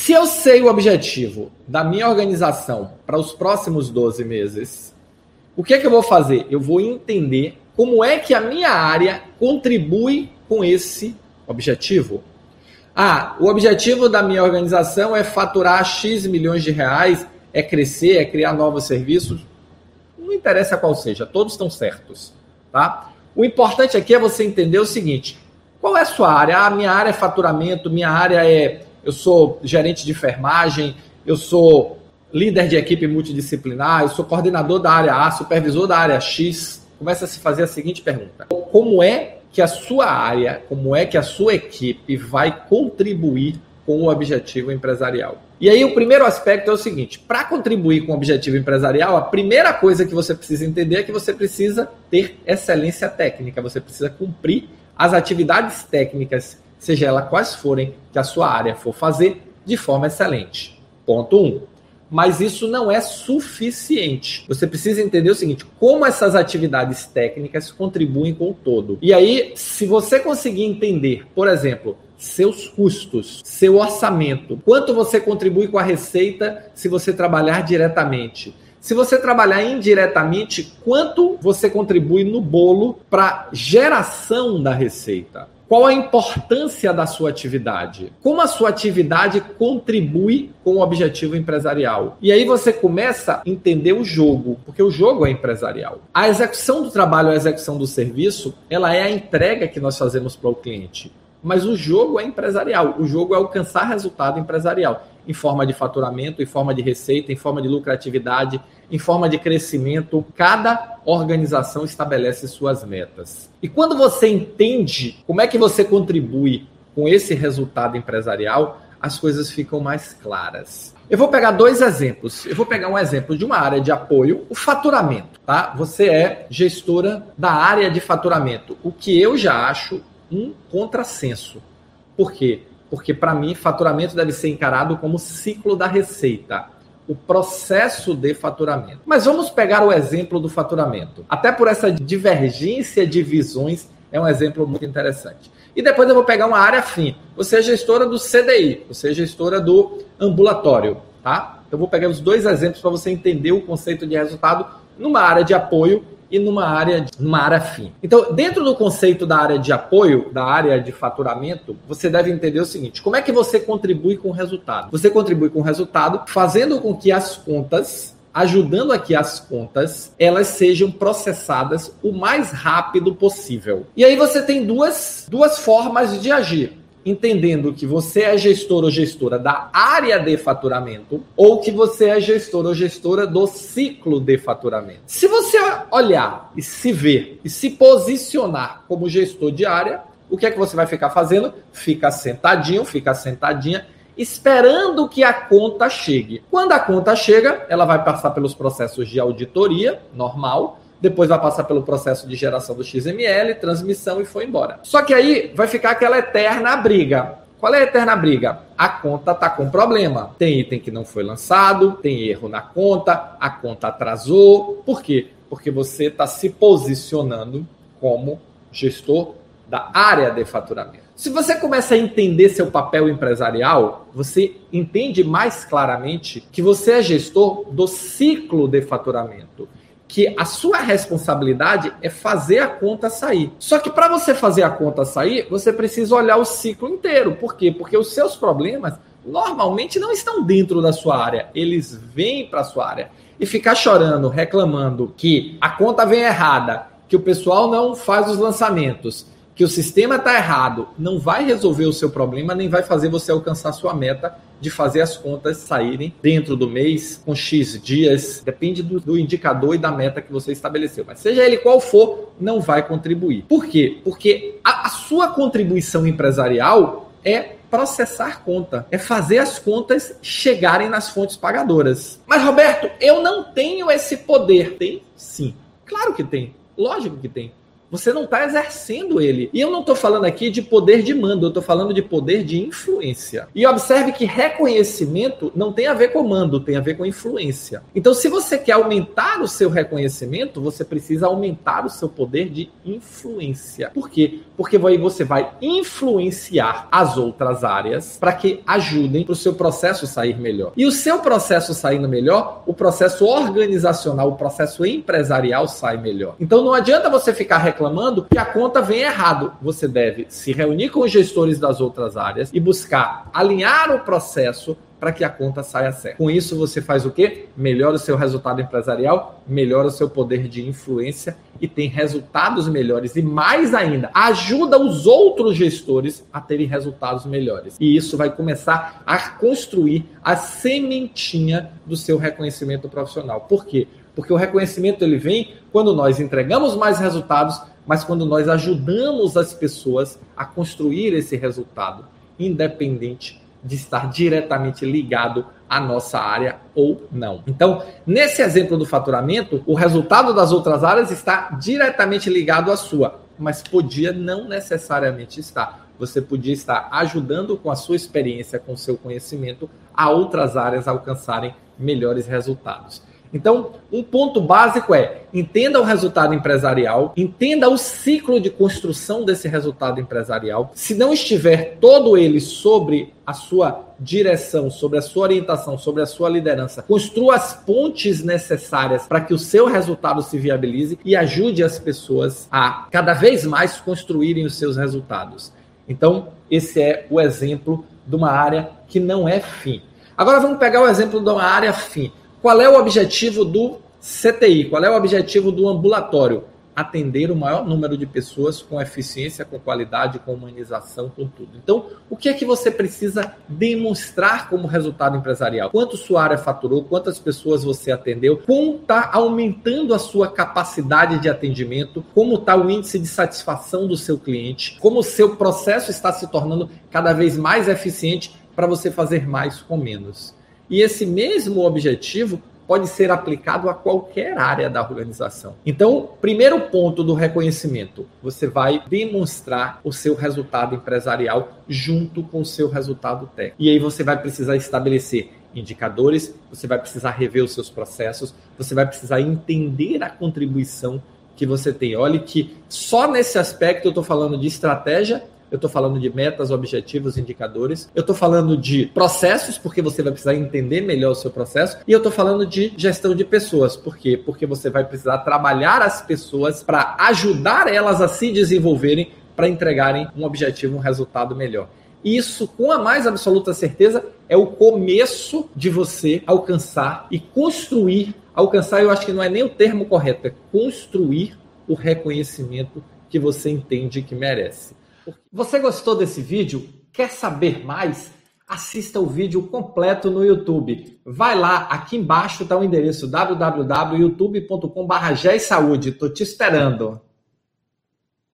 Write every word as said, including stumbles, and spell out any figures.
Se eu sei o objetivo da minha organização para os próximos doze meses, o que é que eu vou fazer? Eu vou entender como é que a minha área contribui com esse objetivo. Ah, o objetivo da minha organização é faturar X milhões de reais, é crescer, é criar novos serviços. Não interessa qual seja, todos estão certos, tá? O importante aqui é você entender o seguinte: qual é a sua área? Ah, minha área é faturamento, minha área é... Eu sou gerente de enfermagem, eu sou líder de equipe multidisciplinar, eu sou coordenador da área A, supervisor da área X. Começa a se fazer a seguinte pergunta: como é que a sua área, como é que a sua equipe vai contribuir com o objetivo empresarial? E aí o primeiro aspecto é o seguinte: para contribuir com o objetivo empresarial, a primeira coisa que você precisa entender é que você precisa ter excelência técnica, você precisa cumprir as atividades técnicas, seja elas quais forem, que a sua área for fazer de forma excelente. Ponto um. Mas isso não é suficiente. Você precisa entender o seguinte: como essas atividades técnicas contribuem com o todo. E aí, se você conseguir entender, por exemplo, seus custos, seu orçamento, quanto você contribui com a receita se você trabalhar diretamente. Se você trabalhar indiretamente, quanto você contribui no bolo para geração da receita? Qual a importância da sua atividade? Como a sua atividade contribui com o objetivo empresarial? E aí você começa a entender o jogo, porque o jogo é empresarial. A execução do trabalho, a execução do serviço, ela é a entrega que nós fazemos para o cliente. Mas o jogo é empresarial. O jogo é alcançar resultado empresarial, em forma de faturamento, em forma de receita, em forma de lucratividade, em forma de crescimento. Cada organização estabelece suas metas. E quando você entende como é que você contribui com esse resultado empresarial, as coisas ficam mais claras. Eu vou pegar dois exemplos. Eu vou pegar um exemplo de uma área de apoio, o faturamento, tá? Você é gestora da área de faturamento, o que eu já acho um contrassenso. Por quê? Porque, para mim, faturamento deve ser encarado como ciclo da receita, o processo de faturamento. Mas vamos pegar o exemplo do faturamento. Até por essa divergência de visões, é um exemplo muito interessante. E depois eu vou pegar uma área afim. Você é gestora do C D I, você é gestora do ambulatório, tá? Então, eu vou pegar os dois exemplos para você entender o conceito de resultado numa área de apoio e numa área, numa área afim. Então, dentro do conceito da área de apoio, da área de faturamento, você deve entender o seguinte: como é que você contribui com o resultado? Você contribui com o resultado fazendo com que as contas, ajudando a que as contas, elas sejam processadas o mais rápido possível. E aí você tem duas, duas formas de agir. Entendendo que você é gestor ou gestora da área de faturamento ou que você é gestor ou gestora do ciclo de faturamento. Se você olhar e se ver e se posicionar como gestor de área, o que é que você vai ficar fazendo? Fica sentadinho, fica sentadinha, esperando que a conta chegue. Quando a conta chega, ela vai passar pelos processos de auditoria, normal, depois vai passar pelo processo de geração do X M L, transmissão e foi embora. Só que aí vai ficar aquela eterna briga. Qual é a eterna briga? A conta está com problema. Tem item que não foi lançado, tem erro na conta, a conta atrasou. Por quê? Porque você está se posicionando como gestor da área de faturamento. Se você começa a entender seu papel empresarial, você entende mais claramente que você é gestor do ciclo de faturamento, que a sua responsabilidade é fazer a conta sair. Só que para você fazer a conta sair, você precisa olhar o ciclo inteiro. Por quê? Porque os seus problemas normalmente não estão dentro da sua área, eles vêm para a sua área. E ficar chorando, reclamando que a conta vem errada, que o pessoal não faz os lançamentos, que o sistema está errado, não vai resolver o seu problema, nem vai fazer você alcançar a sua meta de fazer as contas saírem dentro do mês, com X dias, depende do, do indicador e da meta que você estabeleceu. Mas seja ele qual for, não vai contribuir. Por quê? Porque a, a sua contribuição empresarial é processar conta, é fazer as contas chegarem nas fontes pagadoras. Mas, Roberto, eu não tenho esse poder. Tem? Sim. Claro que tem. Lógico que tem. você não está exercendo ele. E eu não estou falando aqui de poder de mando, eu estou falando de poder de influência. E observe que reconhecimento não tem a ver com mando, tem a ver com influência. Então, se você quer aumentar o seu reconhecimento, você precisa aumentar o seu poder de influência. Por quê? Porque aí você vai influenciar as outras áreas para que ajudem para o seu processo sair melhor. E o seu processo saindo melhor, o processo organizacional, o processo empresarial sai melhor. Então, não adianta você ficar reclamando reclamando que a conta vem errado. Você deve se reunir com os gestores das outras áreas e buscar alinhar o processo para que a conta saia certa. Com isso, você faz o quê? Melhora o seu resultado empresarial, melhora o seu poder de influência e tem resultados melhores. E mais ainda, ajuda os outros gestores a terem resultados melhores. E isso vai começar a construir a sementinha do seu reconhecimento profissional. Por quê? Porque o reconhecimento ele vem quando nós entregamos mais resultados, mas quando nós ajudamos as pessoas a construir esse resultado, independente de estar diretamente ligado à nossa área ou não. Então, nesse exemplo do faturamento, o resultado das outras áreas está diretamente ligado à sua, mas podia não necessariamente estar. Você podia estar ajudando com a sua experiência, com o seu conhecimento, a outras áreas alcançarem melhores resultados. Então, um ponto básico é, entenda o resultado empresarial, entenda o ciclo de construção desse resultado empresarial. Se não estiver todo ele sobre a sua direção, sobre a sua orientação, sobre a sua liderança, construa as pontes necessárias para que o seu resultado se viabilize e ajude as pessoas a cada vez mais construírem os seus resultados. Então, esse é o exemplo de uma área que não é fim. Agora vamos pegar o exemplo de uma área fim. Qual é o objetivo do C T I? Qual é o objetivo do ambulatório? Atender o maior número de pessoas com eficiência, com qualidade, com humanização, com tudo. Então, o que é que você precisa demonstrar como resultado empresarial? Quanto sua área faturou? Quantas pessoas você atendeu? Como está aumentando a sua capacidade de atendimento? Como está o índice de satisfação do seu cliente? Como o seu processo está se tornando cada vez mais eficiente para você fazer mais com menos? E esse mesmo objetivo pode ser aplicado a qualquer área da organização. Então, primeiro ponto do reconhecimento, você vai demonstrar o seu resultado empresarial junto com o seu resultado técnico. E aí você vai precisar estabelecer indicadores, você vai precisar rever os seus processos, você vai precisar entender a contribuição que você tem. Olha que só nesse aspecto eu estou falando de estratégia, eu estou falando de metas, objetivos, indicadores. Eu estou falando de processos, porque você vai precisar entender melhor o seu processo. E eu estou falando de gestão de pessoas. Por quê? Porque você vai precisar trabalhar as pessoas para ajudar elas a se desenvolverem, para entregarem um objetivo, um resultado melhor. Isso, com a mais absoluta certeza, é o começo de você alcançar e construir. Alcançar, eu acho que não é nem o termo correto, é construir o reconhecimento que você entende que merece. Você gostou desse vídeo? Quer saber mais? Assista o vídeo completo no YouTube. Vai lá, aqui embaixo está o endereço w w w ponto youtube ponto com barra G E S Saúde. Estou te esperando.